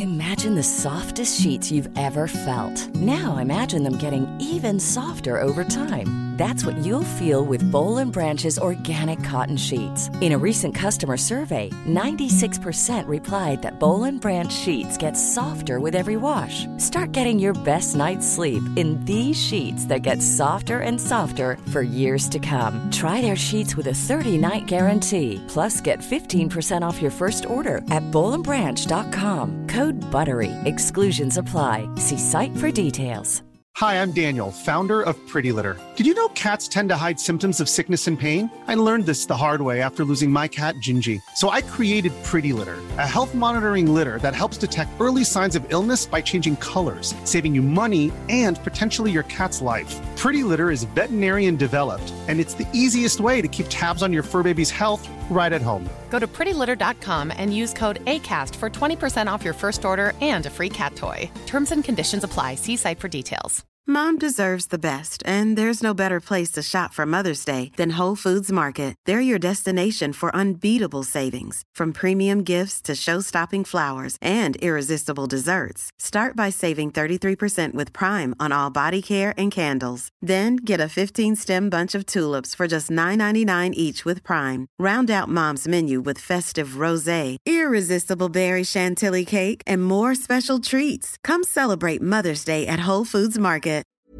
Imagine the softest sheets you've ever felt. Now imagine them getting even softer over time. That's what you'll feel with Boll & Branch's organic cotton sheets. In a recent customer survey, 96% replied that Boll & Branch sheets get softer with every wash. Start getting your best night's sleep in these sheets that get softer and softer for years to come. Try their sheets with a 30-night guarantee. Plus, get 15% off your first order at bollandbranch.com. Code BUTTERY. Exclusions apply. See site for details. Hi, I'm Daniel, founder of Pretty Litter. Did you know cats tend to hide symptoms of sickness and pain? I learned this the hard way after losing my cat, Gingy. So I created Pretty Litter, a health monitoring litter that helps detect early signs of illness by changing colors, saving you money and potentially your cat's life. Pretty Litter is veterinarian developed, and it's the easiest way to keep tabs on your fur baby's health right at home. Go to prettylitter.com and use code ACAST for 20% off your first order and a free cat toy. Terms and conditions apply. See site for details. Mom deserves the best, and there's no better place to shop for Mother's Day than Whole Foods Market. They're your destination for unbeatable savings, from premium gifts to show-stopping flowers and irresistible desserts. Start by saving 33% with Prime on all body care and candles. Then get a 15-stem bunch of tulips for just $9.99 each with Prime. Round out Mom's menu with festive rosé, irresistible berry chantilly cake, and more special treats. Come celebrate Mother's Day at Whole Foods Market.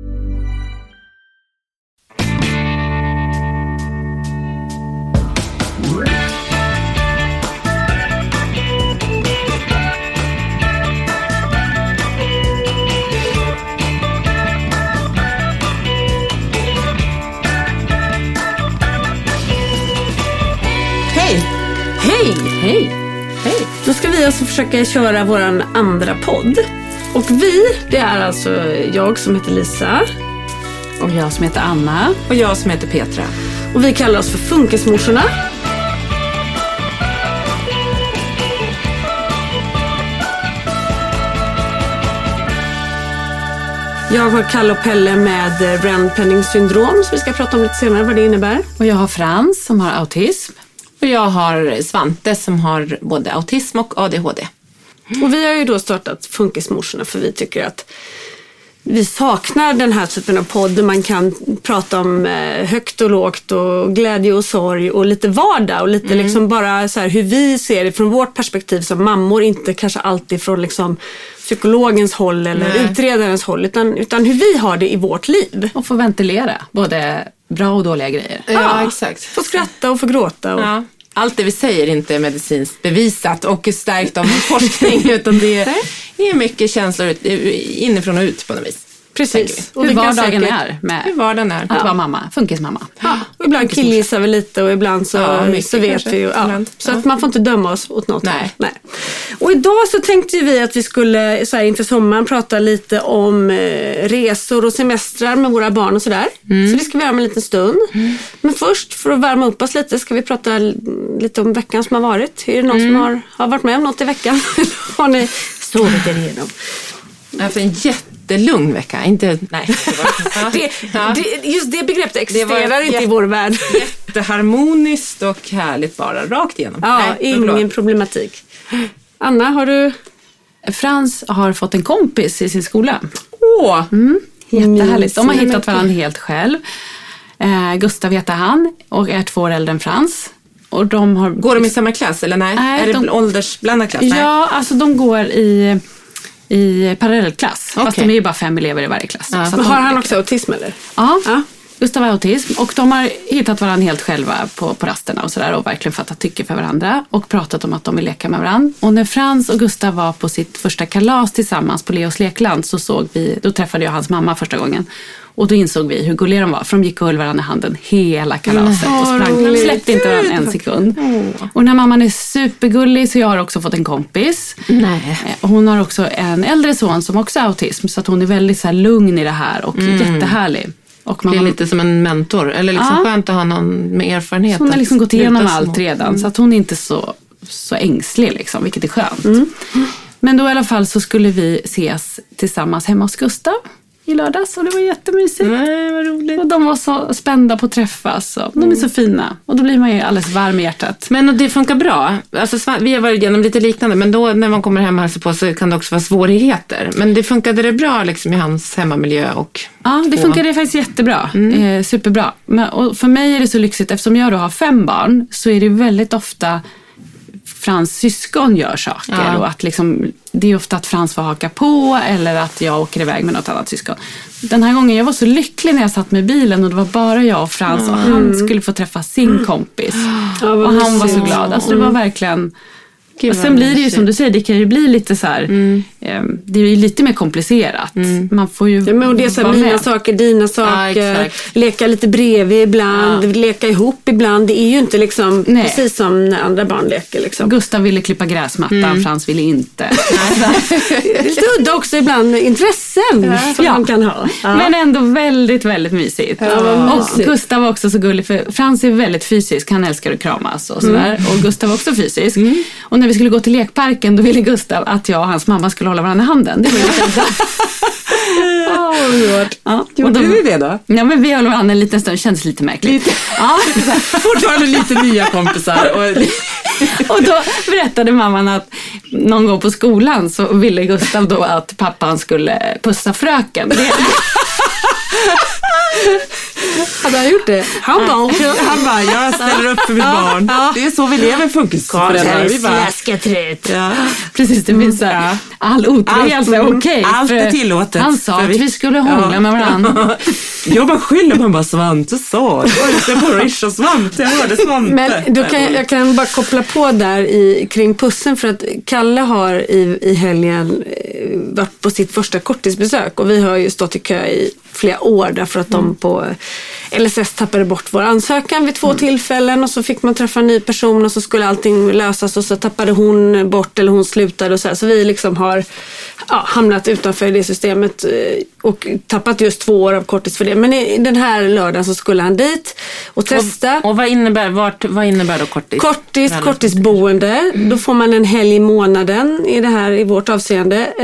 Hej! Då ska vi alltså försöka köra våran andra podd. Och det är alltså jag som heter Lisa. Och jag som heter Anna. Och jag som heter Petra. Och vi kallar oss för Funkismorsorna. Jag har Kalle och Pelle med Rand-Penning syndrom, som vi ska prata om lite senare vad det innebär. Och jag har Frans som har autism. Och jag har Svante som har både autism och ADHD. Och vi har ju då startat Funkismorsorna för vi tycker att vi saknar den här typen av podd där man kan prata om högt och lågt och glädje och sorg och lite vardag och lite liksom bara så här hur vi ser det från vårt perspektiv som mammor, inte kanske alltid från liksom psykologens håll eller utredarens håll utan hur vi har det i vårt liv. Och få ventilera både bra och dåliga grejer. Ja, exakt. Få skratta och få gråta. Och... Ja. Allt det vi säger inte är medicinskt bevisat och stärkt av forskning utan det är mycket känslor inifrån och ut på något vis. Precis. Och hur vardagen är med hur vardagen är. Att vara mamma, funkismamma. Ja. Och ibland killgissar vi lite och ibland så vet kanske. Vi ju. Ja. Så att man får inte döma oss åt något. Nej. Och idag så tänkte vi att vi skulle så här, inför sommaren prata lite om resor och semestrar med våra barn och sådär. Så det ska vi göra om en liten stund. Men först, för att värma upp oss lite, ska vi prata lite om veckan som har varit. Är det någon som har varit med om något i veckan? Har ni sovit er igenom? För en jättelugn vecka. Inte, nej. Just det begreppet existerar inte i vår värld. Jätteharmoniskt och härligt bara. Rakt igenom. Ja, ingen problematik. Anna, har du... Frans har fått en kompis i sin skola. Jättehärligt. De har hittat varandra helt själv. Gustav heter han och är 2 år äldre än Frans. Och de har... Går de i samma klass eller nej? Är det åldersblandad klass? Nej. Ja, alltså de går i parallellklass. Fast de är ju bara 5 elever i varje klass. Ja. Så har han också autism eller? Ja. Gustav har autism och de har hittat varandra helt själva på rasterna och sådär och verkligen fattat tycke för varandra och pratat om att de vill leka med varandra. Och när Frans och Gustav var på sitt första kalas tillsammans på Leos lekland så då träffade jag hans mamma första gången. Och då insåg vi hur gulliga de var. För de gick och höll varandra i handen hela kalaset och sprang. Släppte inte varandra en sekund. Och när mamman är supergullig så jag har också fått en kompis. Hon har också en äldre son som också har autism. Så att hon är väldigt så här lugn i det här och jättehärlig. Och det är lite som en mentor. Eller liksom skönt att ha någon med erfarenhet. Så hon har liksom gått igenom allt redan. Så att hon är inte så ängslig liksom, vilket är skönt. Men då i alla fall så skulle vi ses tillsammans hemma hos Gustav. i lördags och det var jättemysigt. Nej, vad roligt. Och de var så spända på att träffas och de är så fina. Och då blir man ju alldeles varm i hjärtat. Men och det funkar bra. Alltså, vi har varit igenom lite liknande, men då när man kommer hem och hälsar på så kan det också vara svårigheter. Men det funkade det bra liksom i hans hemmamiljö och... Ja, det funkade faktiskt jättebra. Superbra. Och för mig är det så lyxigt, eftersom jag då har 5 barn så är det väldigt ofta Frans syskon gör saker och att liksom, det är ofta att Frans får haka på eller att jag åker iväg med något annat syskon. Den här gången jag var så lycklig när jag satt med bilen och det var bara jag och Frans och han skulle få träffa sin kompis. Och han var så glad. Alltså det var verkligen... Och sen blir det ju som du säger, det kan ju bli lite så här, det är ju lite mer komplicerat. Man får ju men det är så här, mina saker, dina saker, leka lite bredvid ibland, leka ihop ibland. Det är ju inte liksom precis som när andra barn leker. Liksom. Gustav ville klippa gräsmattan, Frans ville inte. Det är lite udda också ibland intressen som man kan ha. Men ändå väldigt, väldigt mysigt. Och Gustav var också så gullig, för Frans är väldigt fysisk, han älskar att kramas och sådär. Och Gustav var också fysisk. Och när vi skulle gå till lekparken då ville Gustav att jag och hans mamma skulle hålla varandra i handen. Det var ju Gjorde du det då? Ja, men vi höll varandra en liten stund. Det kändes lite märkligt. Fortfarande lite nya kompisar. Och då berättade mamman att någon gång på skolan så ville Gustav då att pappan skulle pussa fröken. Hade han gjort det? Han bara, jag ställer upp för mitt barn. Det är så vi lever funkisföräldrar. Vi bara släskaträtt. Precis, det finns så här, all otrohet är okej. Allt är tillåtet. Han sa att vi skulle hångla med varandra. Jag bara skyller på bara Svante sa. Jag var på Rish och Svante. Jag hörde Svante. Men då jag kan bara koppla på där kring pussen, för att Kalle har i helgen varit på sitt första korttidsbesök och vi har ju stått i kö i flera år därför att de på LSS tappade bort vår ansökan vid 2 tillfällen och så fick man träffa en ny person och så skulle allting lösas och så tappade hon bort eller hon slutade och så vi liksom har hamnat utanför det systemet och tappat just 2 år av korttids för det. Men den här lördagen så skulle han dit och testa. Och vad innebär då korttids? Korttidsboende. Då får man en helg i månaden i vårt avseende.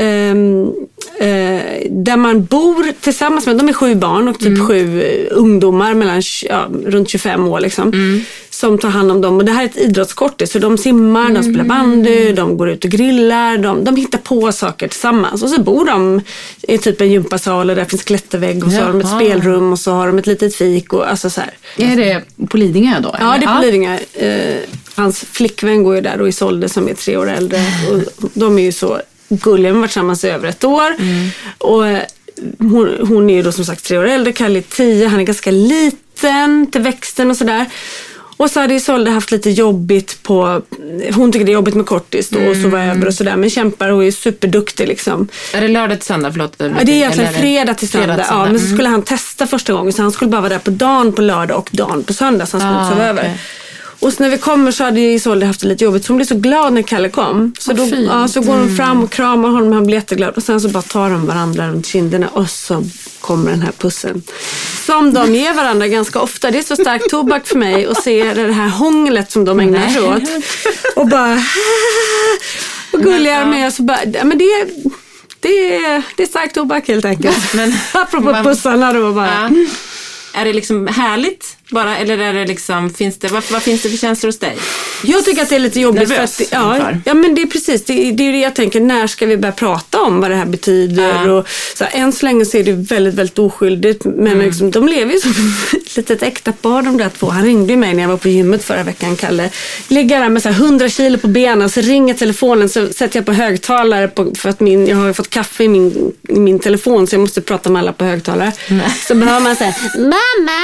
Där man bor tillsammans med, de är 7 barn och typ 7 ungdomar mellan runt 25 år liksom, som tar hand om dem. Och det här är ett idrottskortis, så de simmar, de spelar bandy, de går ut och grillar, de hittar på saker tillsammans. Och så bor de i typ en gympasal och där finns klättervägg och så har de ett spelrum och så har de ett litet fik och alltså så här. Är det på Lidingö då? Eller? Ja, det är på Lidingö. Hans flickvän går ju där och Isolde som är 3 år äldre och de är ju så gulliga, de har varit tillsammans i över ett år och hon är ju då som sagt 3 år äldre, Kalle är 10, han är ganska liten till växten och sådär. Och så hade Isolde haft lite jobbigt hon tycker det är jobbigt med kortis då och så var över och sådär, men kämpar och är superduktig liksom. Är det lördag till söndag? Förlåt. Ja, det är egentligen fredag till söndag. Ja, men så skulle han testa första gången så han skulle bara vara där på dagen på lördag och dagen på söndag så han skulle inte sova över. Okay. Och så när vi kommer så hade Isolde haft det lite jobbigt. Så hon blev så glad när Kalle kom. Så, så går hon fram och kramar honom. Han blir jätteglad. Och sen så bara tar de varandra runt kinderna. Och så kommer den här pussen. Som de ger varandra ganska ofta. Det är så stark tobak för mig att se det här hånglet som de ägnar sig åt. Och bara... Och gulliga med. Så bara, men det är stark tobak helt enkelt. Men apropå pussarna då bara... Är det liksom härligt bara, eller är det liksom, vad finns det för känslor hos dig? Jag tycker att det är lite jobbigt. Nervös, för att, ja, men det är precis, det är det jag tänker, när ska vi börja prata om vad det här betyder? Och, så än så länge så är det väldigt, väldigt oskyldigt, men liksom, de lever ju som ett litet äkta par de där 2. Han ringde mig när jag var på gymmet förra veckan, Kalle. Ligger där med så här 100 kilo på benen, så ringer telefonen, så sätter jag på högtalare för att jag har fått kaffe i min telefon, så jag måste prata med alla på högtalare. Så behöver man säga, mamma!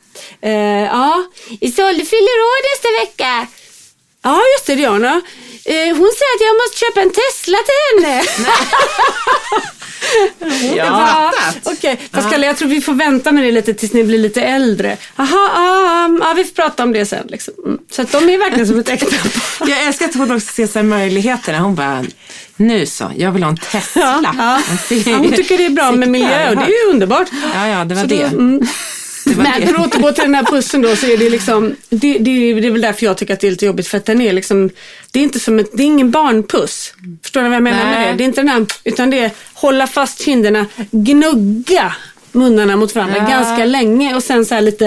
Isolde fyller år nästa vecka. Ja, just det, Diana. Hon säger att jag måste köpa en Tesla till henne. Okej. Fast Kalle, jag tror vi får vänta med det lite tills ni blir lite äldre. Vi får prata om det sen liksom. Så att de är verkligen som ett äkta. Jag älskar att hon också ser sig möjligheterna. Hon bara, nu så, jag vill ha en Tesla. Hon tycker det är bra med miljö och det är ju underbart. Ja, det var så det. Men för att återgå till den här pussen då, så är det liksom, det är väl därför jag tycker att det är lite jobbigt, för att den är liksom, det är inte som det är ingen barnpuss. Förstår du vad jag menar med det? Det är inte den här, utan det är hålla fast kinderna, gnugga munnarna mot varandra ganska länge och sen så här lite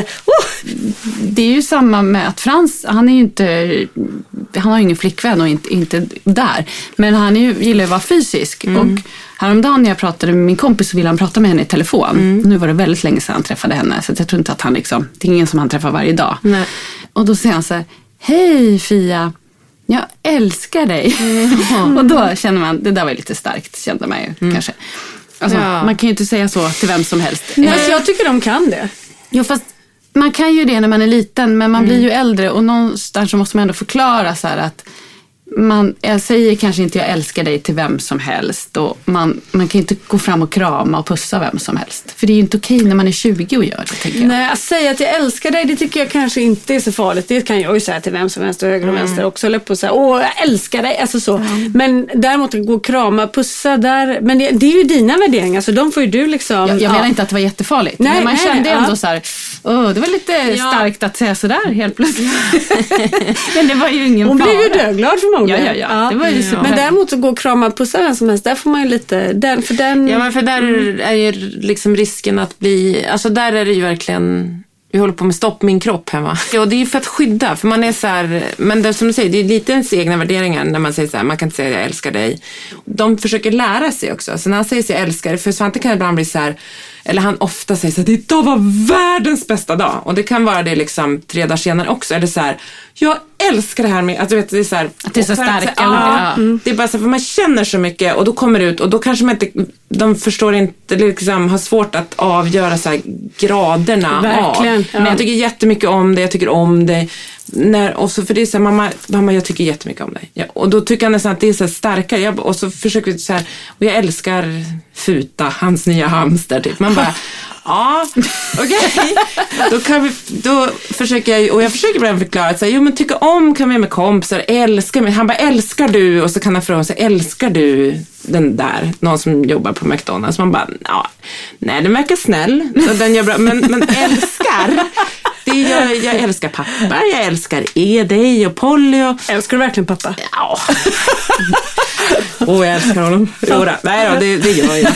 Det är ju samma med att Frans, han har ju ingen flickvän och inte där, men han gillar att vara fysisk och häromdagen när jag pratade med min kompis så ville han prata med henne i telefon. Nu var det väldigt länge sedan han träffade henne, så jag tror inte att han liksom, det är ingen som han träffar varje dag. Nej. Och då säger han så här: hej Fia, jag älskar dig. Och då känner man, det där var lite starkt, kände man ju kanske. Alltså, man kan ju inte säga så till vem som helst. Fast jag tycker de kan det. Jo, fast man kan ju det när man är liten, men man blir ju äldre och någonstans så måste man ändå förklara så här att jag säger kanske inte jag älskar dig till vem som helst, och man kan inte gå fram och krama och pussa vem som helst, för det är ju inte okej när man är 20 och gör det, tänker jag. Nej, att säga att jag älskar dig, det tycker jag kanske inte är så farligt. Det kan jag ju säga till vem som helst, och höger och vänster också, eller på så här, jag älskar dig, alltså så. Men däremot att gå och krama, pussa där, men det är ju dina värderingar, så de får ju du liksom. Jag menar inte att det var jättefarligt, men man kände ändå så här, det var lite starkt att säga sådär helt plötsligt. Men det var ju ingen fara. Hon blev ju döglad förmodligen. Ja. Det var ju men däremot att gå och krama och pussa vem som helst, där får man ju lite Ja, men för där är ju liksom risken att bli, alltså där är det ju verkligen, vi håller på med stopp min kropp hemma. Ja, det är ju för att skydda, för man är så här, men det, som du säger, det är lite ens egna värderingar när man säger så här, man kan inte säga jag älskar dig. De försöker lära sig också, så när han säger så jag älskar dig, för Svante kan ibland bli så här, eller han ofta säger så här, idag var världens bästa dag. Och det kan vara det liksom 3 dagar senare också. Eller så här, jag älskar det här med, att du vet, det är så här, att det är så starkt. Det är bara så här, för man känner så mycket och då kommer det ut och då kanske man inte, de förstår inte, liksom har svårt att avgöra så här graderna. Verkligen. Men jag tycker jättemycket om det, jag tycker om det. Och så, för det är så här, mamma, jag tycker jättemycket om dig. Ja, och då tycker jag nästan att det är så här starkare. Och så försöker vi så här, och jag älskar Futa, hans nya hamster typ. Man bara, okej. Då försöker jag, och jag försöker bara förklara att jo men tycka om kan vi med kompisar, älskar mig. Han bara, älskar du? Och så kan han fråga sig, älskar du den där, någon som jobbar på McDonald's? Man bara, nej, den verkar snäll. Så den gör bra, men älskar. Jag älskar pappa, jag älskar dig och Polly. Älskar du verkligen pappa? Ja. Jag älskar honom. Nej då, det gör jag.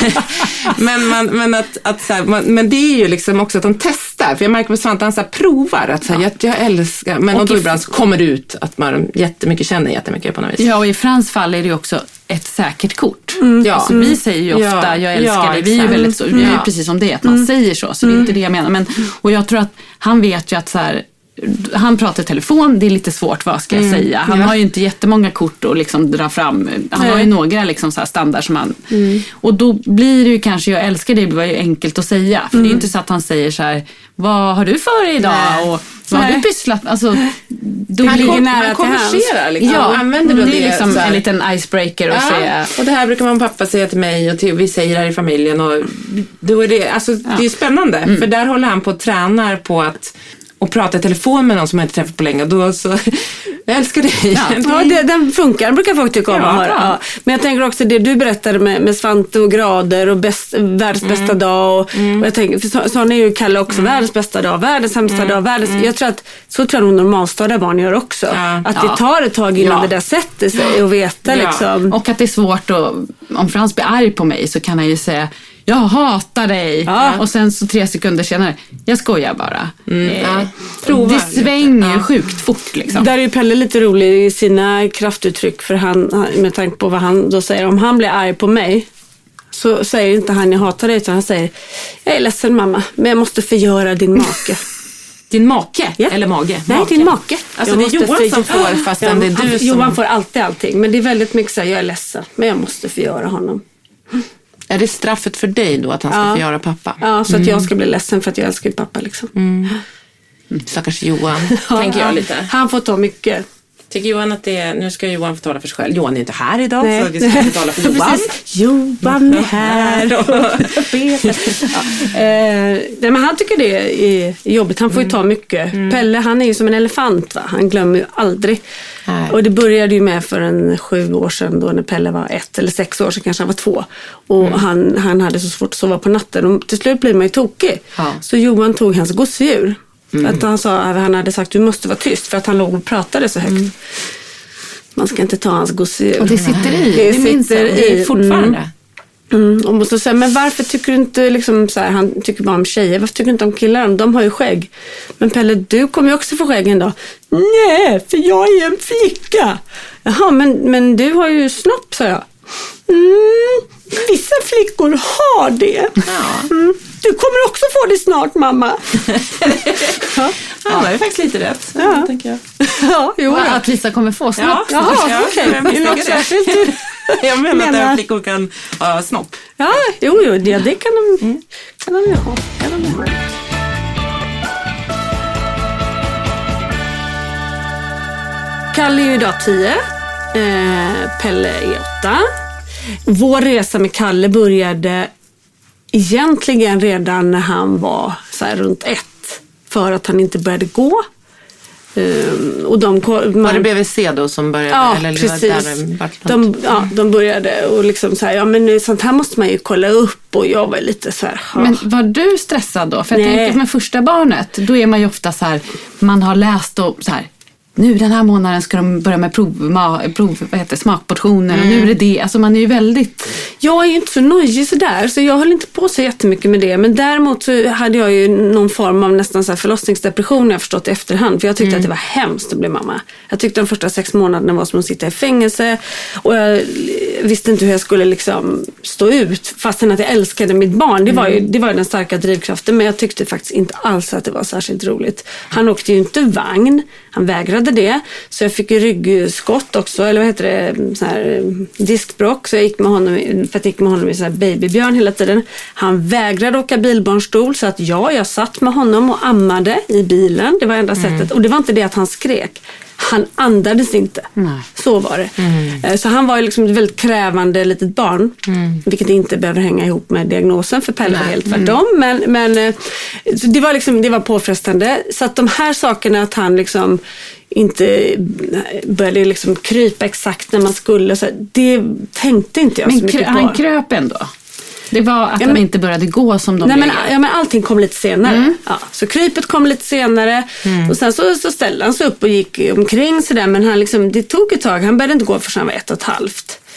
Men det är ju liksom också att de testar. För jag märker på Svante, han så här provar att så här, jag älskar. Men och då ibland så kommer det ut att man känner jättemycket på något vis. Ja, och i Frans fall är det ju också ett säkert kort. Alltså, vi säger ju ofta jag älskar dig. Vi är ju väldigt så, vi är ju precis som det, att man säger så det är inte det jag menar. Men, och jag tror att han vet ju att så här, han pratar i telefon, det är lite svårt, vad ska jag säga. Han har ju inte jättemånga kort att liksom dra fram. Han har ju några liksom så här standard som han... Och då blir det ju kanske, jag älskar dig, det var ju enkelt att säga. För det är ju inte så att han säger så här, vad har du för dig idag? Och vad har du pysslat? Alltså, då ligger nära till hands. Liksom. Ja, använder du det är liksom en liten icebreaker att säga. Och det här brukar man pappa säga till mig och vi säger här i familjen. Och då är det, alltså, det är spännande. För där håller han på och tränar på att och prata i telefon med någon som jag inte träffat på länge. Då så, jag älskar dig. Ja, den funkar. Den brukar folk tycka om att höra. Ja. Men jag tänker också det du berättade med Svante och grader och världens bästa dag. Och jag tänker, för sån är ju Kalle också, världens bästa dag, världens sämsta dag. Jag tror att så tror jag nog normalstörda barn gör också. Att det tar ett tag innan det där sätter sig och veta liksom. Och att det är svårt att, om Frans blir arg på mig så kan han ju säga, jag hatar dig. Och sen så 3 sekunder senare, jag skojar bara. Det svänger ju sjukt fort liksom. Där är ju Pelle lite rolig i sina kraftuttryck, för han, med tanke på vad han då säger, om han blir arg på mig så säger inte han jag hatar dig, utan han säger, jag är ledsen mamma, men jag måste förgöra din make. Din make? Ja. Eller mage? Nej, din make. Alltså det är Johan som får, fast det är du som... Johan får alltid allting, men det är väldigt mycket så här, jag är ledsen, men jag måste förgöra honom. Är det straffet för dig då att han ska förgöra pappa? Ja, så att jag ska bli ledsen för att jag älskar pappa liksom. Stackars Johan, tänker jag lite. Han får ta mycket. Tycker Johan att nu ska Johan få tala för sig själv. Johan är inte här idag, så vi ska inte tala för Johan. Johan är här. Men han tycker det är jobbigt. Han får ju ta mycket. Pelle, han är ju som en elefant, va? Han glömmer ju aldrig. Nej. Och det började ju med för 7 år sedan då, när Pelle var 1 eller 6 år, så kanske han var 2. Och han hade så svårt att sova på natten. Och till slut blev man ju tokig. Ja. Så Johan tog hans gosedjur. För att han hade sagt du måste vara tyst, för att han låg och pratade så högt. Man ska inte ta hans gosedjur. Och det sitter i. Det sitter i fortfarande. Och måste säga, men varför tycker du inte liksom så här, han tycker bara om tjejer, varför tycker du inte om killar? De har ju skägg. Men Pelle, du kommer ju också få skägg en dag. Nej, för jag är en flicka. Jaha, men du har ju snopp, sa jag. Vissa flickor har det. Ja. Du kommer också få det snart, mamma. Ja, det är faktiskt lite rätt. Ja. Tänker jag. Ja, jo, att Lisa kommer få snopp. Ja, okej. Jag menar att flickor kan ha snopp. Ja, jo, det kan de ju ha. Kalle är ju idag 10. Pelle är 8. Vår resa med Kalle började egentligen redan när han var så här runt 1. För att han inte började gå. Och var det BVC då som började? Ja, eller precis. De började och liksom så här, ja men sånt här måste man ju kolla upp, och jag var lite så här. Ja. Men var du stressad då? För jag tänker med första barnet, då är man ju ofta så här, man har läst och så här, nu den här månaden ska de börja med smakportioner och nu är det. Alltså man är ju väldigt... Jag är ju inte så nöjig sådär, så jag höll inte på så jättemycket med det. Men däremot så hade jag ju någon form av nästan så här förlossningsdepression, jag har förstått i efterhand. För jag tyckte att det var hemskt att bli mamma. Jag tyckte de första 6 månaderna var som att sitta i fängelse. Och jag visste inte hur jag skulle liksom stå ut, fastän att jag älskade mitt barn. Det var den starka drivkraften, men jag tyckte faktiskt inte alls att det var särskilt roligt. Han åkte ju inte vagn, han vägrade det. Så jag fick ju ryggskott också, eller vad heter det, så här diskbråck. Så jag gick med honom i så här babybjörn hela tiden. Han vägrade åka bilbarnstol, så att jag satt med honom och ammade i bilen. Det var enda sättet. Och det var inte det att han skrek. Han andades inte. Nej. Så var det. Så han var ju liksom ett väldigt krävande litet barn. Vilket inte behöver hänga ihop med diagnosen, för Pelle var helt tvärtom. Men det var liksom, det var påfrestande. Så att de här sakerna, att han liksom inte började liksom krypa exakt när man skulle, så det tänkte inte jag så mycket på. Men han kröp ändå? Det var att han inte började gå som de ville. Men allting kom lite senare. Ja, så krypet kom lite senare. Och sen så ställde han sig upp och gick omkring sådär. Men han liksom, det tog ett tag. Han började inte gå förrän han var 1,5.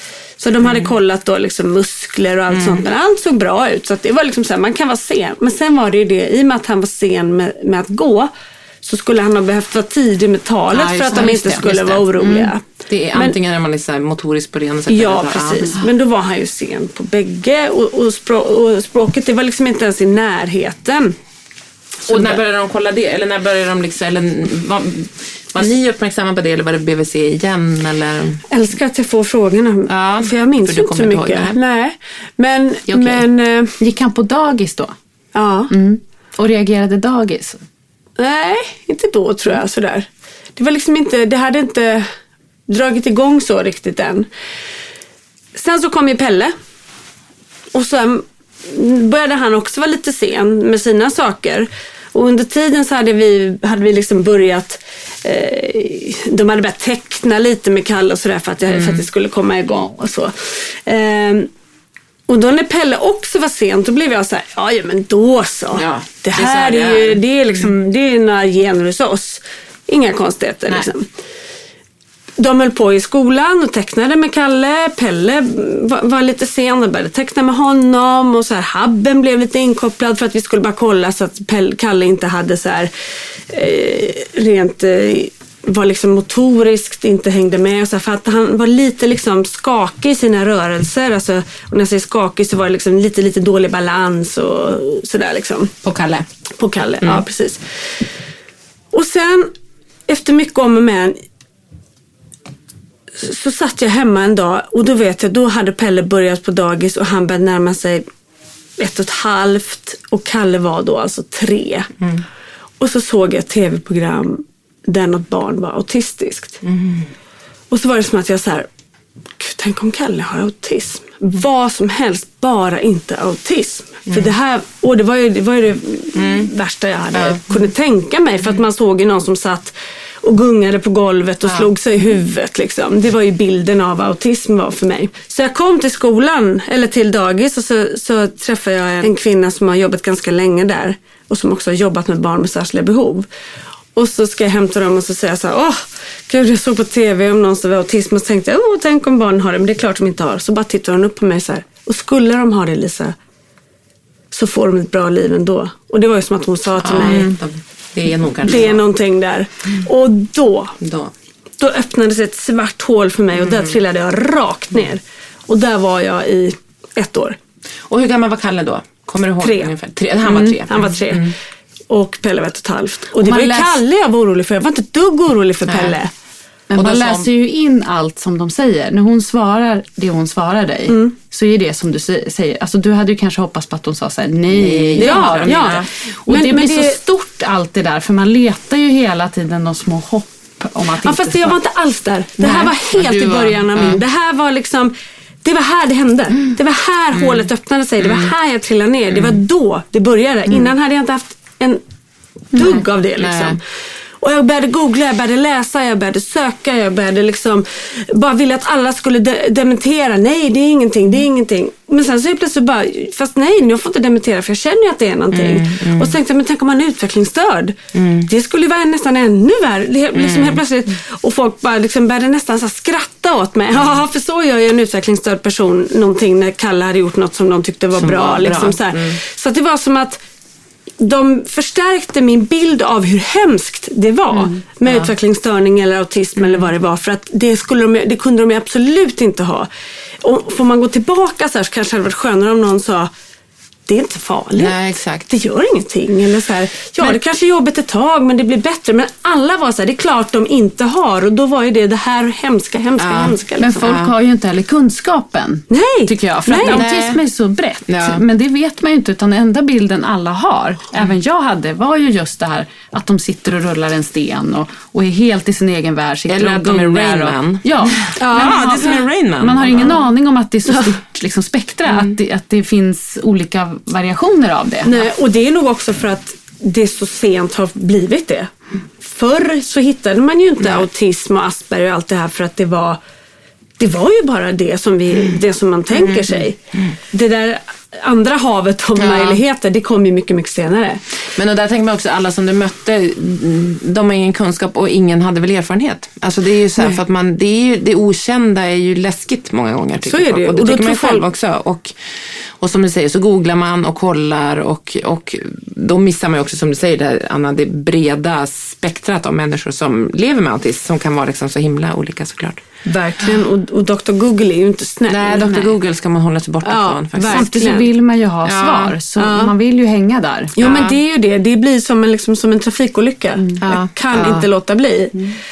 Så de hade kollat då liksom muskler och allt sånt. Men allt såg bra ut. Så att det var liksom så här, man kan vara sen. Men sen var det ju det, i och med att han var sen med att gå, så skulle han ha behövt vara tidig med talet för att de inte skulle vara oroliga. Det är antingen när man är så här motorisk på det ena sättet. Ja, precis. Men då var han ju sen på bägge. Och språket, det var liksom inte ens i närheten. Så och när började de kolla det? Eller när började de liksom, eller var ni uppmärksamma på det, eller var det BVC igen? Eller? Älskar att jag får frågorna. Ja, för jag minns inte så mycket. Nej. Men, okay. Men gick han på dagis då? Ja. Och reagerade dagis? Nej, inte då tror jag sådär. Det var liksom inte, det hade inte dragit igång så riktigt än. Sen så kom ju Pelle. Och sen började han också vara lite sen med sina saker. Och under tiden så hade vi liksom börjat, de hade börjat teckna lite med Kalle och sådär för att det skulle komma igång och så. Och då när Pelle också var sent, då blev jag så här, ja men då så. Ja, det här är ju, det är liksom, det är några gener hos oss. Inga konstigheter liksom. De höll på i skolan och tecknade med Kalle. Pelle var lite sen och började teckna med honom. Och så här, Habben blev lite inkopplad för att vi skulle bara kolla så att Kalle inte hade så här rent... var liksom motoriskt, inte hängde med och så här, för att han var lite liksom skakig i sina rörelser, alltså, och när jag säger skakig så var det liksom lite dålig balans och sådär liksom. På Kalle, ja precis. Och sen efter mycket om och men så satt jag hemma en dag och då vet jag, då hade Pelle börjat på dagis och han började närma sig 1,5 och Kalle var då alltså 3. Och så såg jag ett tv-program där något barn var autistiskt. Och så var det som att jag så här, gud, tänk om Kalle har autism. Vad som helst, bara inte autism. För det här, och det var ju det värsta jag hade kunde tänka mig. För att man såg ju någon som satt och gungade på golvet och slog sig i huvudet. Liksom. Det var ju bilden av autism var för mig. Så jag kom till skolan, eller till dagis, och så träffade jag en kvinna som har jobbat ganska länge där. Och som också har jobbat med barn med särskilda behov. Och så ska jag hämta dem och så säger jag så här, gud, jag såg på tv om någon som var autism och så tänkte jag, tänk om barn har det, men det är klart de inte har. Så bara tittar hon upp på mig så här, och skulle de ha det, Lisa, så får de ett bra liv ändå. Och det var ju som att hon sa till mig, det är nog kanske det är någonting där. Och då öppnades ett svart hål för mig och där trillade jag rakt ner. Och där var jag i 1 år. Och hur gammal var Kalle då? Kommer du ihåg? 3. Ungefär? Han var 3. Han var 3. Och Pelle var 1,5. Och det var ju Kalle jag var orolig för. Jag var inte ett dugg orolig för Pelle. Men och man läser ju in allt som de säger. När hon svarar det hon svarar dig, så är det som du säger. Alltså du hade ju kanske hoppats på att de sa så här, nej, det har de inte. Och det blir så stort allt det där. För man letar ju hela tiden de små hopp om att inte fast jag var inte alls där. Det här var helt i början av min. Det här var liksom, det var här det hände. Det var här hålet öppnade sig. Det var här jag trillade ner. Det var då det började. Innan hade jag inte haft en dugg av det liksom. Och jag började googla, jag började läsa, jag började söka, jag började liksom bara ville att alla skulle dementera. Nej, det är ingenting. Men sen så är det plötsligt bara, fast nej, jag får inte dementera för jag känner ju att det är någonting. Och så tänkte jag, men tänk om man är utvecklingsstörd. Det skulle ju vara nästan ännu värre. Liksom helt plötsligt, och folk bara liksom började nästan så skratta åt mig. Ja, för så gör ju en utvecklingsstörd person någonting när Kalle hade gjort något som de tyckte var bra. Liksom så här. Så att det var som att de förstärkte min bild av hur hemskt det var med utvecklingsstörning eller autism eller vad det var. För att det kunde de absolut inte ha. Och får man gå tillbaka så här så kanske det hade varit skönare om någon sa, det är inte farligt. Nej, exakt. Det gör ingenting. Eller så här, det kanske är jobbigt ett tag men det blir bättre. Men alla var så här, det är klart de inte har. Och då var ju det här hemska. Liksom. Men folk har ju inte heller kunskapen. Nej. Tycker jag. För att autism är så brett. Ja. Men det vet man ju inte. Utan den enda bilden alla har, även jag hade, var ju just det här att de sitter och rullar en sten och är helt i sin egen värld. Eller att de är Rain Man. Ja, det är som en Rain Man. Man har ingen aning om att det är så stort liksom, spektra. Att det finns olika variationer av det. Nej, och det är nog också för att det så sent har blivit det. Förr så hittade man ju inte autism och Asperger och allt det här för att det var ju bara det som man tänker sig. Det där andra havet av möjligheter, det kom ju mycket, mycket senare. Men och där tänker man också, alla som du mötte, de har ingen kunskap och ingen hade väl erfarenhet. Alltså det är ju så här, för att det okända är ju läskigt många gånger. Så är det. Och det tycker man själv också. Och som du säger så googlar man och kollar och då missar man ju också, som du säger där, Anna, det breda spektrat av människor som lever med autism som kan vara liksom så himla olika såklart. Verkligen, och Dr. Google är ju inte snäll. Nej, Dr. Google ska man hålla sig borta från faktiskt. Samtidigt så vill man ju ha svar, så man vill ju hänga där. Jo, men det är ju det. Det blir som en trafikolycka. Jag kan inte låta bli.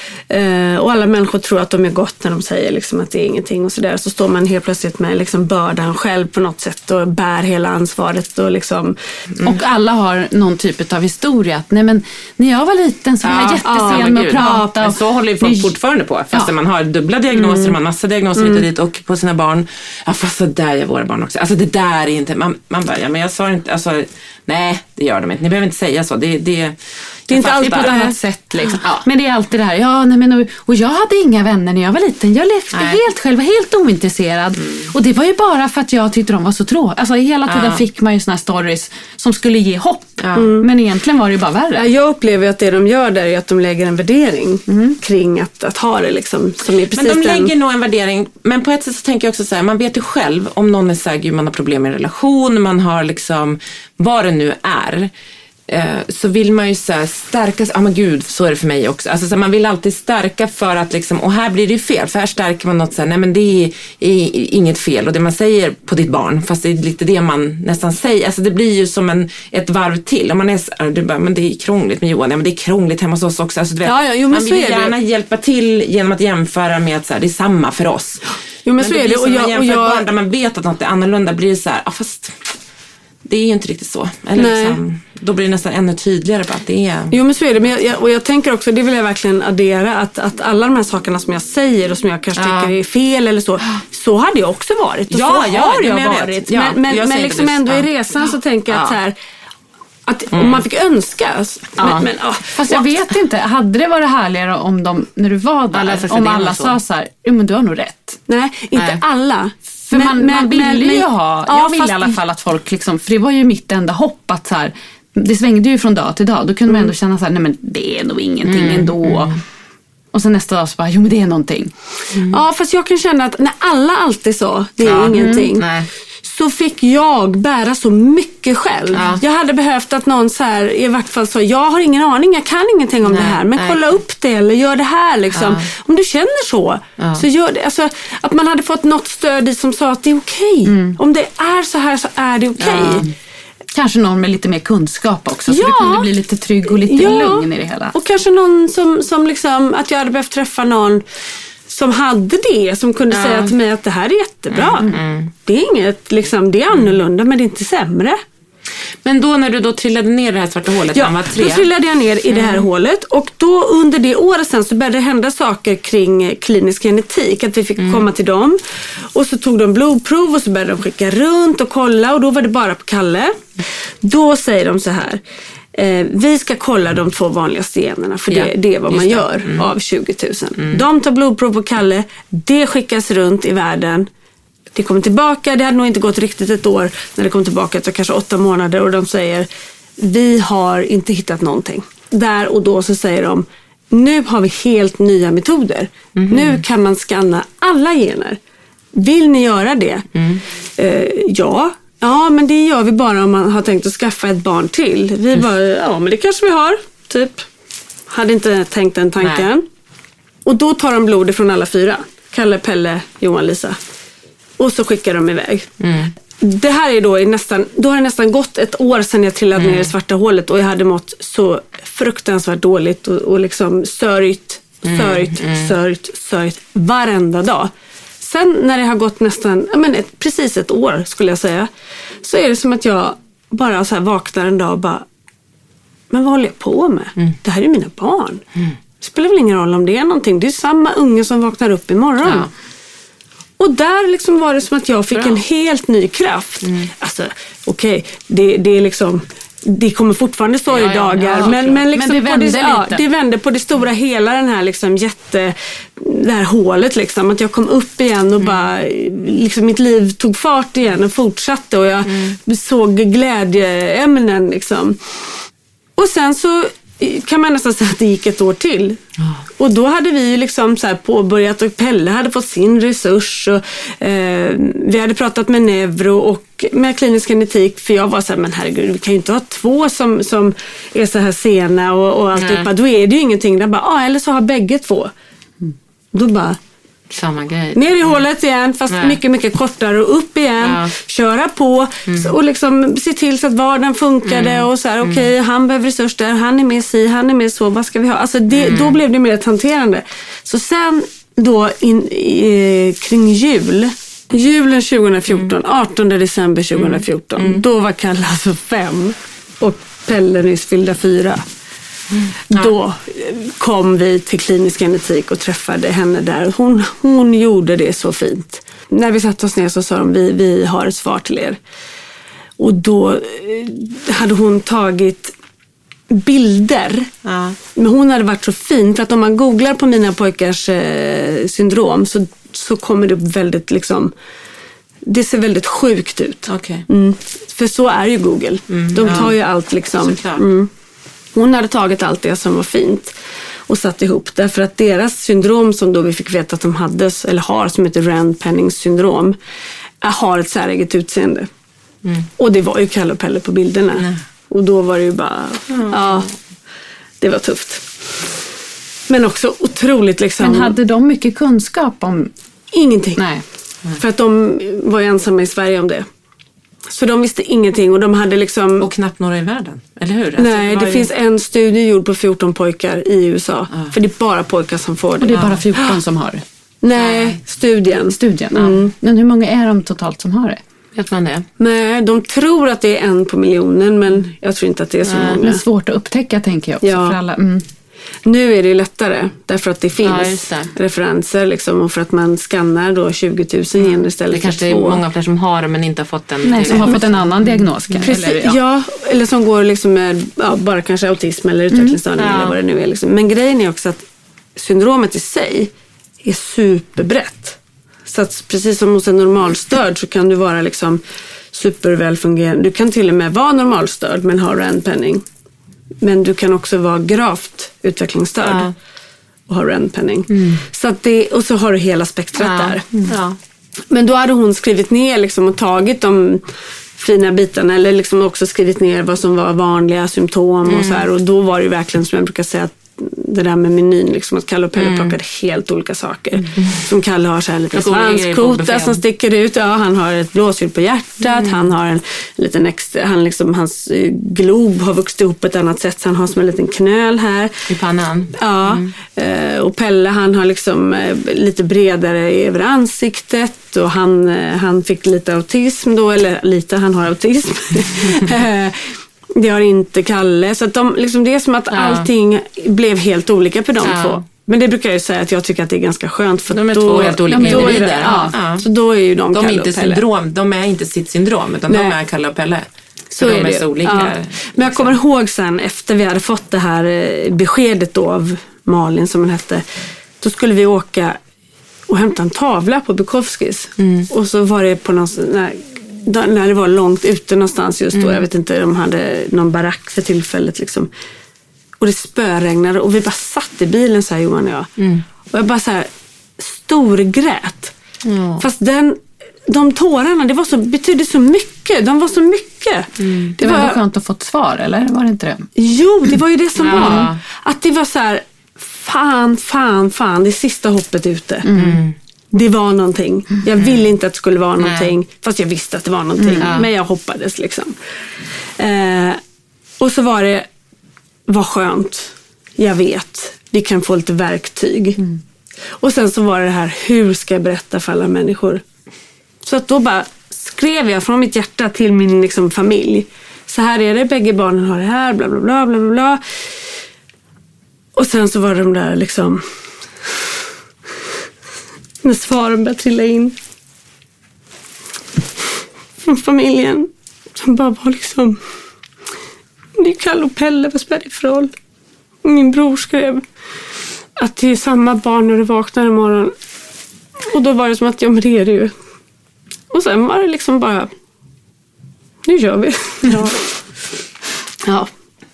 Och alla människor tror att de är gott när de säger liksom att det är ingenting och sådär. Så står man helt plötsligt med liksom bördan själv på något sätt och bär hela ansvaret. Och, liksom. Och alla har någon typ av historia. Nej, men när jag var liten så var jag jättesen med att prata. Men så håller ju folk fortfarande på. Fast man har dubbla diagnoser, man har massa diagnoser hit och dit och på sina barn. Ja, fast så där är våra barn också. Alltså det där är inte, man bara, men jag sa inte, alltså nej, det gör de inte. Ni behöver inte säga så. Det är inte alltid på ett annat sätt liksom. Men det är alltid det här. Och jag hade inga vänner när jag var liten. Jag lekte helt själv, helt ointresserad. Och det var ju bara för att jag tyckte de var så tråkiga. Alltså hela tiden fick man ju såna här stories som skulle ge hopp. Men egentligen var det ju bara värre. Jag upplever att det de gör där är att de lägger en värdering kring att ha det liksom. Som är precis men de lägger nog en värdering. Men på ett sätt så tänker jag också så här, man vet ju själv om någon är så här, gud, man har problem med relation, man har liksom vad det nu är. Så vill man ju så här stärka, men gud, så är det för mig också. Alltså så man vill alltid stärka för att liksom, och här blir det ju fel, för här stärker man något så här, nej men det är inget fel, och det man säger på ditt barn, fast det är lite det man nästan säger, alltså det blir ju som ett varv till, om man är så här, du bara, men det är krångligt med Johan, men det är krångligt hemma hos oss också, alltså du vet, man vill gärna hjälpa till genom att jämföra med att så här, det är samma för oss. Jo, men så är det, och jag barn där man vet att något är annorlunda, blir det så här, fast det är ju inte riktigt så. Eller liksom, då blir det nästan ännu tydligare på att det är... Jo, men så är det. Men jag tänker också, det vill jag verkligen addera, att alla de här sakerna som jag säger och som jag kanske tycker är fel eller så hade jag också varit. Och så har jag varit. Men liksom ändå i resan så tänker jag att så här, att om man fick önska. Fast jag vet inte, hade det varit härligare om de, när du var där, om alla sa så här, men du har nog rätt. Nej, inte alla. För man ville ju ha, jag ville i alla fall att folk liksom, för det var ju mitt enda hopp att så här, det svängde ju från dag till dag. Då kunde man ändå känna så här, nej men det är nog ingenting ändå. Och sen nästa dag så bara, jo men det är någonting. Ja, fast jag kan känna att när alla alltid sa, det är ingenting. Så fick jag bära så mycket själv. Jag hade behövt att någon så här, i vart fall sa, jag har ingen aning, jag kan ingenting om det här. Men kolla upp det eller gör det här liksom. Om du känner så gör det. Alltså, att man hade fått något stöd i som sa att det är okej. Om det är så här så är det okej. Kanske någon med lite mer kunskap också. Så du kunde bli lite trygg och lite lugn i det hela. Och kanske någon som liksom, att jag hade behövt träffa någon som hade det, som kunde säga till mig att det här är jättebra. Det är inget, liksom, det är annorlunda men det är inte sämre. Men då när du då trillade ner i det här svarta hålet, när man var 3. Då trillade jag ner i det här hålet och då under det året sen så började det hända saker kring klinisk genetik, att vi fick komma till dem och så tog de blodprov och så började de skicka runt och kolla och då var det bara på Kalle. Då säger de så här, vi ska kolla de 2 vanligaste generna för det är vad man gör av 20 000. De tar blodprov på Kalle, det skickas runt i världen. Det kommer tillbaka, det hade nog inte gått riktigt ett år när det kom tillbaka, så kanske 8 månader och de säger, vi har inte hittat någonting. Där och då så säger de, nu har vi helt nya metoder. Nu kan man skanna alla gener. Vill ni göra det? Ja, men det gör vi bara om man har tänkt att skaffa ett barn till. Vi bara, men det kanske vi har. Typ. Hade inte tänkt den tanken. Nej. Och då tar de blod från alla 4. Kalle, Pelle, Johan, Lisa. Och så skickar de iväg. Det här är då har det nästan gått ett år sedan jag trillade ner i svarta hålet. Och jag hade mått så fruktansvärt dåligt. Och liksom sörjt varenda dag. Sen när det har gått nästan, precis ett år skulle jag säga, så är det som att jag bara så här vaknar en dag och bara, men vad håller jag på med? Det här är mina barn. Det spelar väl ingen roll om det är någonting. Det är samma unge som vaknar upp imorgon. Ja. Och där liksom var det som att jag fick en helt ny kraft. Alltså, okej, det är liksom... Det kommer fortfarande sorgdagar, men liksom det vände lite. Det vände på det stora hela, den här liksom det här hålet liksom, att jag kom upp igen och bara liksom mitt liv tog fart igen och fortsatte och jag såg glädjeämnen liksom. Och sen så kan man nästan säga att det gick ett år till. Och då hade vi liksom så här påbörjat och Pelle hade fått sin resurs och vi hade pratat med neuro och med klinisk genetik, för jag var så här, men herregud, vi kan ju inte ha 2 som är så här sena och alltihopa. Då är det ju ingenting. Där bara, eller så har bägge 2. Då bara samma grej. Ner i hålet igen, fast mycket, mycket kortare och upp igen. Köra på och liksom se till så att vardagen funkade och så här, okej, han behöver resurs där, han är med sig, han är med så, vad ska vi ha? Alltså då blev det mer ett hanterande. Så sen då kring julen 2014, 18 december 2014, då var Kalle alltså 5 och Pelle nyss fyllda 4. Då kom vi till klinisk genetik och träffade henne där. Hon gjorde det så fint. När vi satt oss ner så sa de, vi har ett svar till er. Och då hade hon tagit bilder. Men hon hade varit så fin, för att om man googlar på mina pojkars syndrom så kommer det upp väldigt liksom, det ser väldigt sjukt ut. För så är ju Google. De tar ju allt liksom. Hon hade tagit allt det som var fint och satt ihop det, för att deras syndrom som då vi fick veta att de hade eller har, som heter Rand-Pennings syndrom, har ett säreget utseende. Och det var ju Kalle och Pelle på bilderna. Och då var det ju bara, det var tufft. Men också otroligt liksom. Men hade de mycket kunskap om? Ingenting. Nej. För att de var ju ensamma i Sverige om det. Så de visste ingenting och de hade liksom... Och knappt några i världen, eller hur? Nej, det finns en studie gjord på 14 pojkar i USA. För det är bara pojkar som får det. Och det är bara 14 som har det? Nej, studien. Men hur många är de totalt som har det? Vet man det? Nej, de tror att det är 1 på miljonen, men jag tror inte att det är så många. Det är svårt att upptäcka, tänker jag också, för alla. Nu är det lättare, därför att det finns referenser liksom, och för att man skannar då 20 000 gener istället för 2. Det kanske är många fler som har det, men inte har fått en... Nej, som har fått en annan diagnos. Precis, eller som går liksom med bara kanske autism eller utvecklingsstörning eller vad det nu är. Liksom. Men grejen är också att syndromet i sig är superbrett. Så att precis som hos en normalstörd så kan du vara liksom supervälfungerande. Du kan till och med vara normalstörd men ha randpenning. Men du kan också vara gravt utvecklingsstörd och ha randpenning. Så att och så har du hela spektrat där. Ja. Men då hade hon skrivit ner liksom, och tagit de fina bitarna eller liksom också skrivit ner vad som var vanliga symptom och så här. Och då var det verkligen, som jag brukar säga, att det där med menyn, liksom, att Kalle och Pelle plockade helt olika saker. Som Kalle har så här lite svanskota som sticker ut. Ja, han har ett blåsljud på hjärtat. Han har en liten extra, hans glob har vuxit ihop på ett annat sätt, så han har som en liten knöl här. I pannan. Ja, och Pelle, han har liksom lite bredare över ansiktet och han fick lite autism då, eller lite, han har autism. Det har inte Kalle. Så att liksom, det är som att allting blev helt olika på de två. Men det brukar jag ju säga att jag tycker att det är ganska skönt. För de är då, två helt olika individer. Så då är ju de Kalle inte och Pelle. De är inte sitt syndrom, utan de är Kalle och Pelle. Så de är det. Så olika. Ja. Men jag kommer ihåg sen, efter vi hade fått det här beskedet då av Malin, som hon hette. Då skulle vi åka och hämta en tavla på Bukowskis. Och så var det på någon när det var långt ute någonstans just då. Jag vet inte, de hade någon barack för tillfället liksom. Och det spöregnade och vi bara satt i bilen så här, Johan och jag. Och jag bara så här storgrät. Fast de tårarna, betydde så mycket. De var så mycket. Det var skönt att få ett svar, eller var det inte det? Jo, det var ju det som var. Att det var så här, fan, det sista hoppet ute. Det var någonting. Jag ville inte att det skulle vara någonting. Fast jag visste att det var någonting. Men jag hoppades liksom. Och så var det, vad skönt. Jag vet. Vi kan få lite verktyg. Och sen så var det här, hur ska jag berätta för alla människor? Så att då bara skrev jag från mitt hjärta till min liksom, familj. Så här är det, bägge barnen har det här, bla bla bla bla bla. Och sen så var de där liksom... När svaren började trilla in från familjen, som bara var liksom, det är Kalle och Pelle, vad spelar det för roll? Min bror skrev att det är samma barn när du vaknar imorgon. Och då var det som att, ja men det är det ju. Och sen var det liksom bara, nu gör vi. Ja.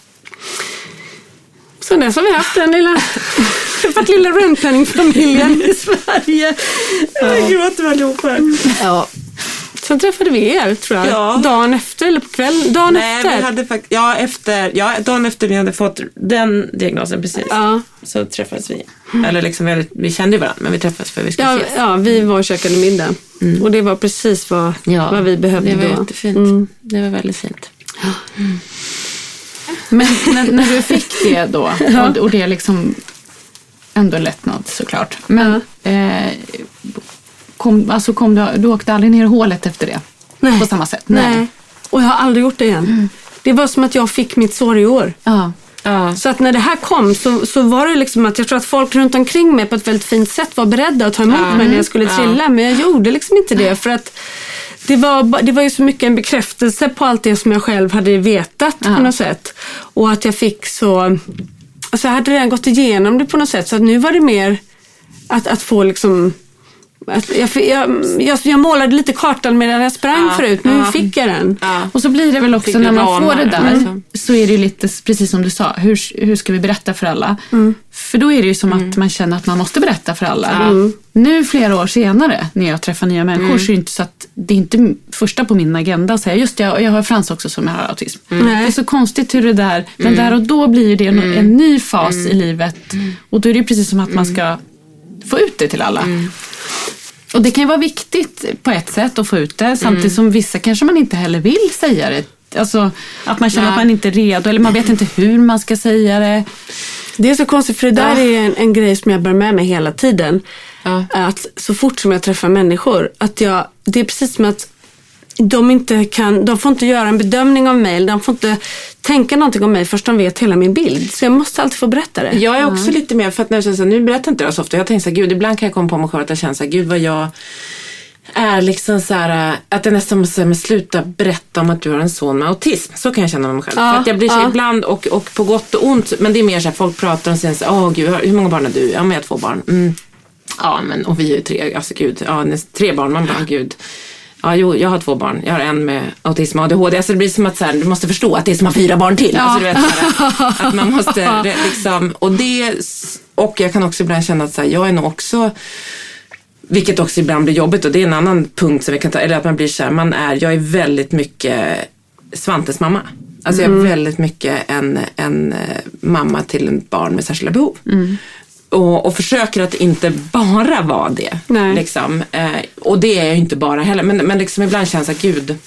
Sen dess har vi haft den lilla randpenning-familjen i Sverige. Jag gråter väldigt skönt. Ja. Sen träffade vi er, tror jag. Ja. Dagen efter eller på kvällen? Dagen efter? Vi hade dagen efter vi hade fått den diagnosen precis. Ja. Så träffades vi. Eller liksom, vi kände ju varandra, men vi träffades för att vi skulle ses. Ja, vi var och käkade middag. Och det var precis vad vi behövde då. Det var jättefint. Det var väldigt fint. Ja. Men när du fick det då, och det är liksom ändå lättnad såklart. Men du åkte aldrig ner i hålet efter det? Nej. På samma sätt? Nej. Och jag har aldrig gjort det igen. Det var som att jag fick mitt sorgår. Så att när det här kom så var det liksom att jag tror att folk runt omkring mig på ett väldigt fint sätt var beredda att ta emot mig när jag skulle trilla. Men jag gjorde liksom inte det, för att det var ju så mycket en bekräftelse på allt det som jag själv hade vetat på något sätt. Och att jag fick så... Alltså jag hade redan gått igenom det på något sätt. Så att nu var det mer att få liksom... Jag målade lite kartan medan jag sprang förut. Nu fick jag den. Och så blir det väl också när man får det där. Så är det ju lite, precis som du sa. Hur ska vi berätta för alla? För då är det ju som att man känner att man måste berätta för alla. Nu flera år senare, när jag träffar nya människor, så är det inte så att det är inte första på min agenda att säga, just jag har Frans också som har autism. Det är så konstigt hur det där, men där och då blir det en ny fas i livet. Och då är det precis som att man ska få ut det till alla. Och det kan ju vara viktigt på ett sätt att få ut det, samtidigt som vissa kanske man inte heller vill säga det. Alltså att man känner att man inte är redo, eller man vet inte hur man ska säga det. Det är så konstigt, för det där är en grej som jag bär med mig hela tiden. Att så fort som jag träffar människor, det är precis som att de får inte göra en bedömning av mig. De får inte tänka någonting om mig först de vet hela min bild. Så jag måste alltid få berätta det. Jag är också lite mer, för att när jag känner så, nu berättar inte jag så ofta. Jag tänker så här, gud, ibland kan jag komma på mig själv att jag känner så här, gud vad jag är liksom så här, att jag nästan måste säga, men sluta berätta om att du har en son med autism. Så kan jag känna mig själv. För att jag blir så ibland, och på gott och ont, men det är mer så här, folk pratar och säger så här, gud, hur många barn har du? Ja, men jag har 2 barn. Ja, men, och vi är ju 3, alltså gud, 3 barn, man bara, gud. Ja, jo, jag har 2 barn. Jag har en med autism och ADHD. Alltså det blir som att så här, du måste förstå att det är som att ha 4 barn till. Ja. Alltså, du vet, så här, att man måste liksom, och jag kan också ibland känna att så här, jag är nog också, vilket också ibland blir jobbigt, och det är en annan punkt som vi kan ta, eller att man blir så här, jag är väldigt mycket Svantes mamma. Alltså jag är väldigt mycket en mamma till en barn med särskilda behov. Och försöker att inte bara vara det. Liksom. Och det är ju inte bara heller. Men liksom ibland känns det att gud,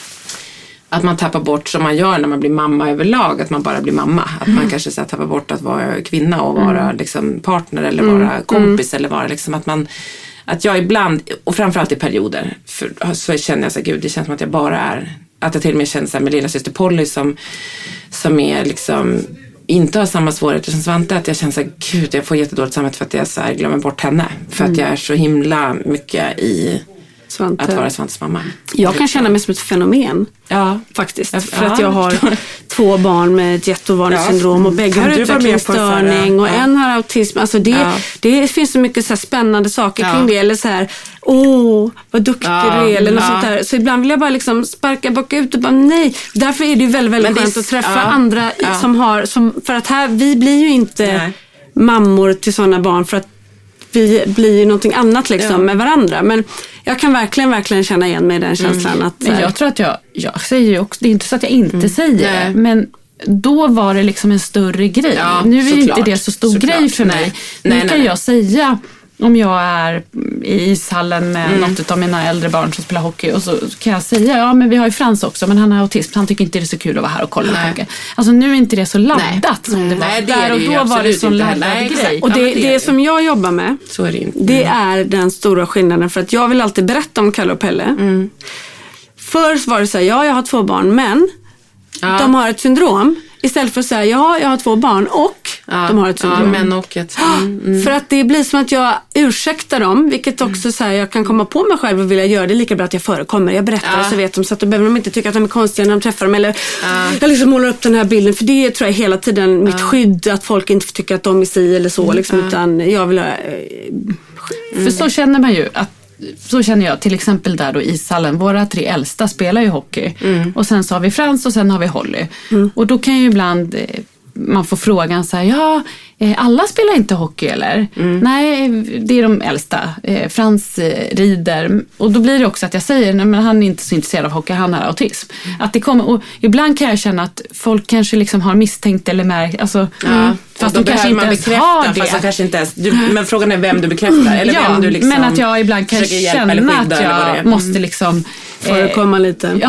att man tappar bort, som man gör när man blir mamma överlag, att man bara blir mamma. Att man kanske så här, tappar bort att vara kvinna och vara liksom, partner eller vara kompis eller vara liksom att jag ibland, och framförallt i perioder, så känner jag så här, gud, det känns som att jag bara är, att jag till och med känner så här, med lilla syster Polly som är liksom inte har samma svårigheter som Svante, att jag känner så här, gud, jag får jättedåligt samvete för att jag så här, glömmer bort henne. För att jag är så himla mycket i Svante. Att vara Svantes mamma. Jag kan känna mig som ett fenomen. Ja. Faktiskt. För att jag har 2 barn med ett jätteovanligt syndrom och bägge har utvecklingsstörning och en har autism. Alltså det finns så mycket så här spännande saker kring det. Eller så här, vad duktig du är eller något sånt där. Så ibland vill jag bara liksom sparka bak ut och bara nej. Därför är det ju väldigt, väldigt skönt att träffa andra som för att här, vi blir ju inte mammor till sådana barn för att vi blir ju någonting annat liksom med varandra. Men jag kan verkligen känna igen mig i den känslan. Att, men jag tror att jag säger ju också, det är inte så att jag inte säger det, men då var det liksom en större grej. Nu är inte det så stor grej för mig. Nu kan jag säga, om jag är i ishallen med något av mina äldre barn som spelar hockey, och så kan jag säga, men vi har ju Frans också, men han har autism, han tycker inte det är så kul att vara här och kolla på hockey. Alltså nu är inte det så laddat som det var. Nej, det där och då var det så laddad grej. Och det som jag jobbar med, så är det inte. Det är den stora skillnaden, för att jag vill alltid berätta om Kalle och Pelle. Först var det så här, jag har 2 barn, men de har ett syndrom. Istället för att säga, jag har 2 barn och de har ett syndrom. Men och ett. För att det blir som att jag ursäktar dem, vilket också så här, jag kan komma på mig själv och vilja göra det lika bra att jag förekommer. Jag berättar så vet de, så att då behöver de inte tycka att de är konstiga när de träffar dem. Eller jag liksom målar upp den här bilden, för det tror jag hela tiden mitt skydd, att folk inte får tycka att de är si eller så. Liksom, utan jag vill för så känner man ju att så känner jag till exempel där då i ishallen. Våra 3 äldsta spelar ju hockey. Och sen så har vi Frans och sen har vi Holly. Och då kan ju ibland man får frågan så här, alla spelar inte hockey eller? Nej, det är de äldsta. Frans rider. Och då blir det också att jag säger, nej, men han är inte så intresserad av hockey, han har autism. Att det kommer, och ibland kan jag känna att folk kanske liksom har misstänkt eller märkt, alltså, fast de kanske inte ens har det. Fast de kanske inte ens, men frågan är vem du bekräftar. Eller vem du liksom, men att jag ibland kan känna att jag måste liksom förekomma lite.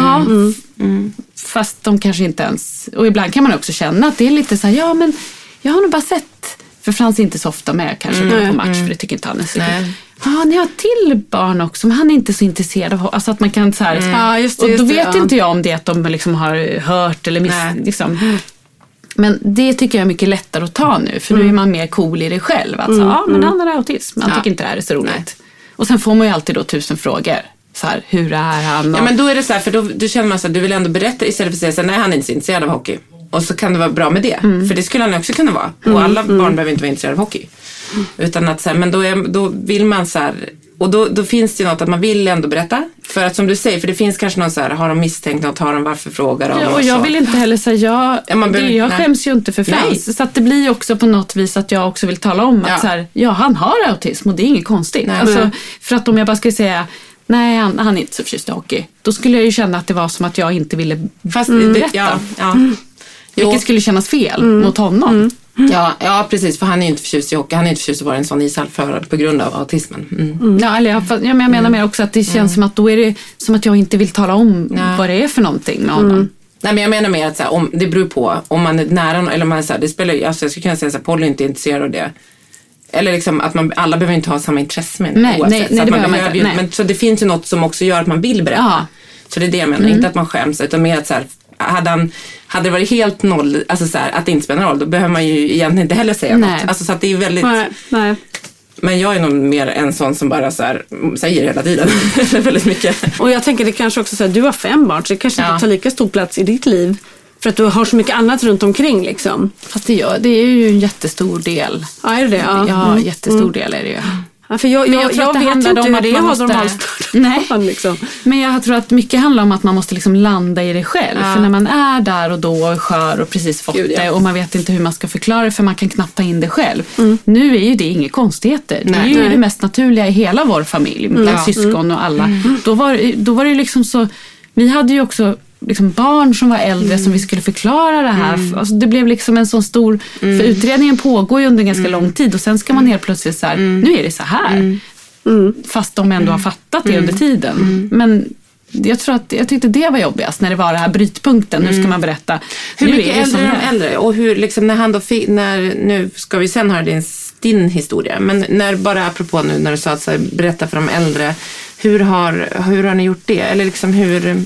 Fast de kanske inte ens, och ibland kan man också känna att det är lite så här, men jag har nog bara sett, för Frans är inte så ofta med kanske på match, för det tycker inte han är så kul. Ni har till barn också, men han är inte så intresserad av, alltså att man kan så här, och då vet inte jag om det att de liksom har hört eller liksom. Men det tycker jag är mycket lättare att ta nu, för nu är man mer cool i det själv. Alltså, men han har autism, man tycker inte det här är så roligt. Och sen får man ju alltid då 1000 frågor. Så här, hur är han? Ja, men då är det så här, för då känner man så att du vill ändå berätta istället för att säga så här, nej, han är inte så intresserad av hockey. Och så kan det vara bra med det. För det skulle han också kunna vara. Och alla barn behöver inte vara intresserade av hockey. Utan att så här, men då vill man så här, och då finns det ju något att man vill ändå berätta. För att som du säger, för det finns kanske någon så här, har de misstänkt något, har de varför frågar de? Och jag vill inte heller säga, jag skäms ju inte för Frans. Så att det blir också på något vis att jag också vill tala om att så här, han har autism och det är inget konstigt. Alltså, för att om jag bara skulle säga, nej, han är inte så förtjust i hockey, då skulle jag ju känna att det var som att jag inte ville berätta. Vilket skulle kännas fel mot honom. Ja, precis, för han är ju inte förtjust i hockey. Han är inte förtjust att vara en sån ishallförare på grund av autismen. Ja, eller jag menar mer också att det känns som att då är det som att jag inte vill tala om vad det är för någonting med honom. Nej, men jag menar mer att så här, det beror på om man är nära, eller man är så här, det spelar ju, alltså jag skulle kunna säga så här, Polly är inte intresserad av det. Eller liksom att alla behöver inte ha samma intresse med det. Nej, det behöver man inte. Men så det finns ju något som också gör att man vill berätta. Så det är det jag menar, inte att man skäms, utan mer att så här, hade det varit helt noll, alltså så här, att det inte spelar roll, då behöver man ju egentligen inte heller säga något. Alltså så att det är väldigt... Nej. Men jag är nog mer en sån som bara så här, säger hela tiden väldigt mycket. Och jag tänker det kanske också så här, du har 5 barn, så det kanske inte tar lika stor plats i ditt liv. För att du har så mycket annat runt omkring liksom. Fast det är ju en jättestor del. Ja, är det det? Ja, jättestor del är det ju. Ja, för jag vet inte hur det har normalstörda liksom. Men jag tror att mycket handlar om att man måste liksom landa i det själv. För när man är där och då och skör och precis fått det och man vet inte hur man ska förklara det, för man kan knappt ta in det själv. Nu är ju det inga konstigheter. Det är ju det mest naturliga i hela vår familj. Med syskon och alla. Då var det ju liksom så... Vi hade ju också... liksom barn som var äldre som vi skulle förklara det här. Alltså det blev liksom en sån stor... För utredningen pågår ju under ganska lång tid och sen ska man helt plötsligt så här, nu är det så här. Fast de ändå har fattat det under tiden. Men jag tyckte det var jobbigast när det var det här brytpunkten. Nu ska man berätta. Hur mycket äldre är de äldre? Och hur liksom när han då nu ska vi sen höra din historia. Men när bara apropå nu när du sa att berätta för de äldre, hur har ni gjort det? Eller liksom hur...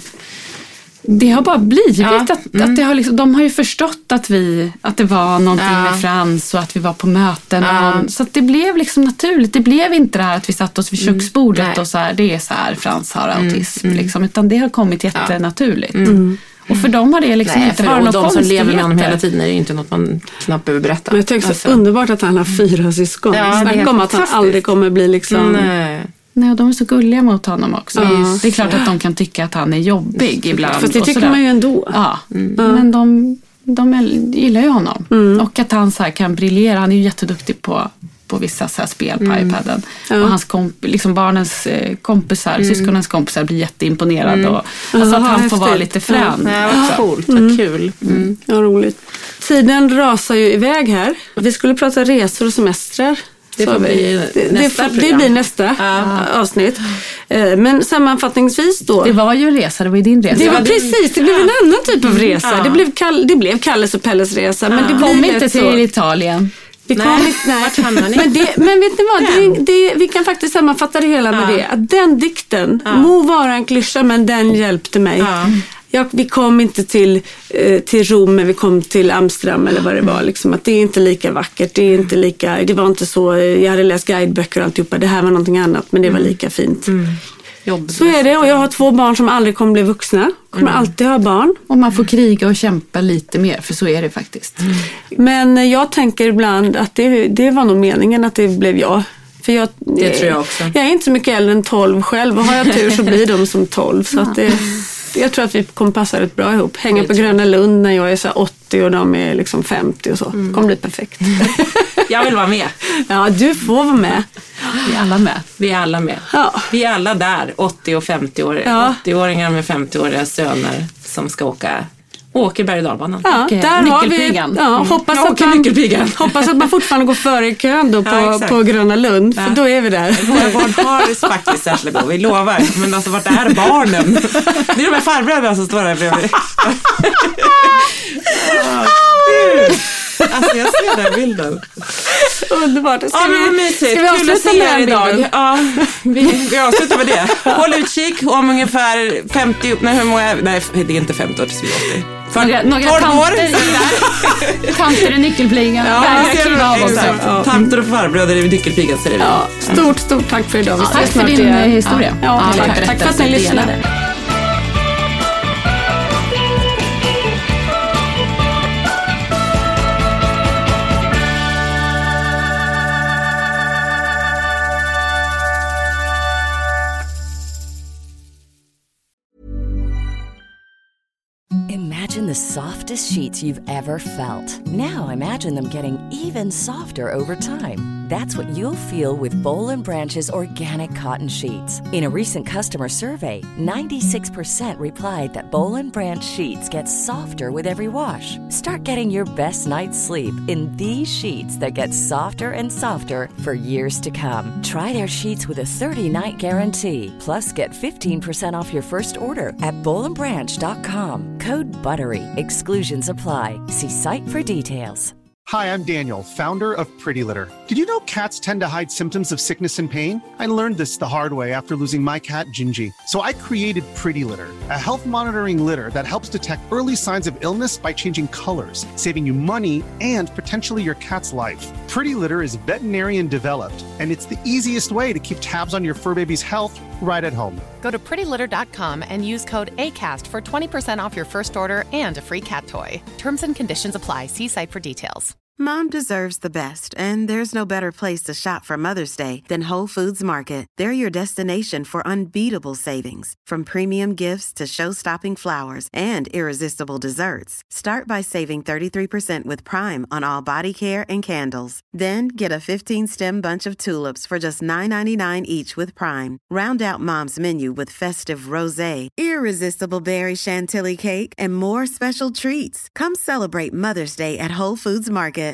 Det har bara blivit att det har liksom, de har ju förstått att det var någonting med Frans och att vi var på möten så att det blev liksom naturligt. Det blev inte det här att vi satt oss vid köksbordet och så här, det är så här Frans har autism liksom, utan det har kommit jättenaturligt. Och för dem har det liksom inte varit något konstigheter. De som lever med honom hela tiden är det ju inte något man knappt behöver berätta. Men jag tycker så underbart att han har 4 syskon. Snacka om att han aldrig kommer bli liksom... Nej, och de är så gulliga mot honom också. Det är klart att de kan tycka att han är jobbig ibland. Fast det tycker man ju ändå. Ja, men de gillar ju honom. Och att han så här kan briljera. Han är ju jätteduktig på vissa så här spel på iPaden. Och hans liksom barnens kompisar, syskonens kompisar blir jätteimponerade. Och, alltså att han får vara lite frän. Ja, vad coolt, vad kul. Ja, roligt. Tiden rasar ju iväg här. Vi skulle prata resor och semestrar. Det blir nästa avsnitt. Men sammanfattningsvis då. Det var ju en resa, det var ju din resa. Det var precis, det blev en annan typ av resa. Det blev Kalles och Pelles resa. Men det kom inte till Italien. Men vet ni vad? Vi kan faktiskt sammanfatta det hela med det. Att den dikten må vara en klyscha, men den hjälpte mig. Vi kom inte till Rom, men vi kom till Amsterdam eller vad det var. Liksom, att det är inte lika vackert, det var inte så, jag hade läst guideböcker och alltihopa, det här var någonting annat, men det var lika fint. Så är det, och jag har 2 barn som aldrig kommer bli vuxna. Kommer alltid ha barn. Och man får kriga och kämpa lite mer, för så är det faktiskt. Men jag tänker ibland att det var nog meningen att det blev jag. För det tror jag också. Jag är inte så mycket äldre än 12 själv, och har jag tur så blir de som 12. Så att jag tror att vi kommer passa rätt bra ihop. Hänga på Gröna Lund när jag är så 80 och de är liksom 50 och så. Kommer bli perfekt. Jag vill vara med. Ja, du får vara med. Vi är alla med. Vi är alla med. Ja. Vi är alla där, 80 och 50-åringar. Ja. 80-åringar med 50-åriga söner som ska åker berg- och dalbanan. Ja, där har vi. Hoppas att man fortfarande går före i kön då på Gröna Lund. För då är vi där. Våra barn har faktiskt särskilt gå. Vi lovar. Men alltså, vart är barnen? Det är de här farbröderna som står där bredvid. Alltså jag ser den bilden. Underbart. Ska vi kul att se er idag. Ja, vi avslutar med det. Håll utkik om ungefär 50, nej det är inte 50 år tills vi är 80. Några 12 år. Tanter i nyckelpligan. Tanter och farbröder i nyckelpigan ser det. Ja, stort tack för idag. Tack för din historia. Tack för att ni lyssnade. Imagine the softest sheets you've ever felt. Now imagine them getting even softer over time. That's what you'll feel with Boll & Branch's organic cotton sheets. In a recent customer survey, 96% replied that Boll & Branch sheets get softer with every wash. Start getting your best night's sleep in these sheets that get softer and softer for years to come. Try their sheets with a 30-night guarantee. Plus, get 15% off your first order at bollandbranch.com. Code BUTTERY. Exclusions apply. See site for details. Hi, I'm Daniel, founder of Pretty Litter. Did you know cats tend to hide symptoms of sickness and pain? I learned this the hard way after losing my cat, Gingy. So I created Pretty Litter, a health monitoring litter that helps detect early signs of illness by changing colors, saving you money and potentially your cat's life. Pretty Litter is veterinarian developed, and it's the easiest way to keep tabs on your fur baby's health right at home. Go to prettylitter.com and use code ACAST for 20% off your first order and a free cat toy. Terms and conditions apply. See site for details. Mom deserves the best, and there's no better place to shop for Mother's Day than Whole Foods Market. They're your destination for unbeatable savings, from premium gifts to show-stopping flowers and irresistible desserts. Start by saving 33% with Prime on all body care and candles. Then get a 15-stem bunch of tulips for just $9.99 each with Prime. Round out Mom's menu with festive rosé, irresistible berry chantilly cake, and more special treats. Come celebrate Mother's Day at Whole Foods Market.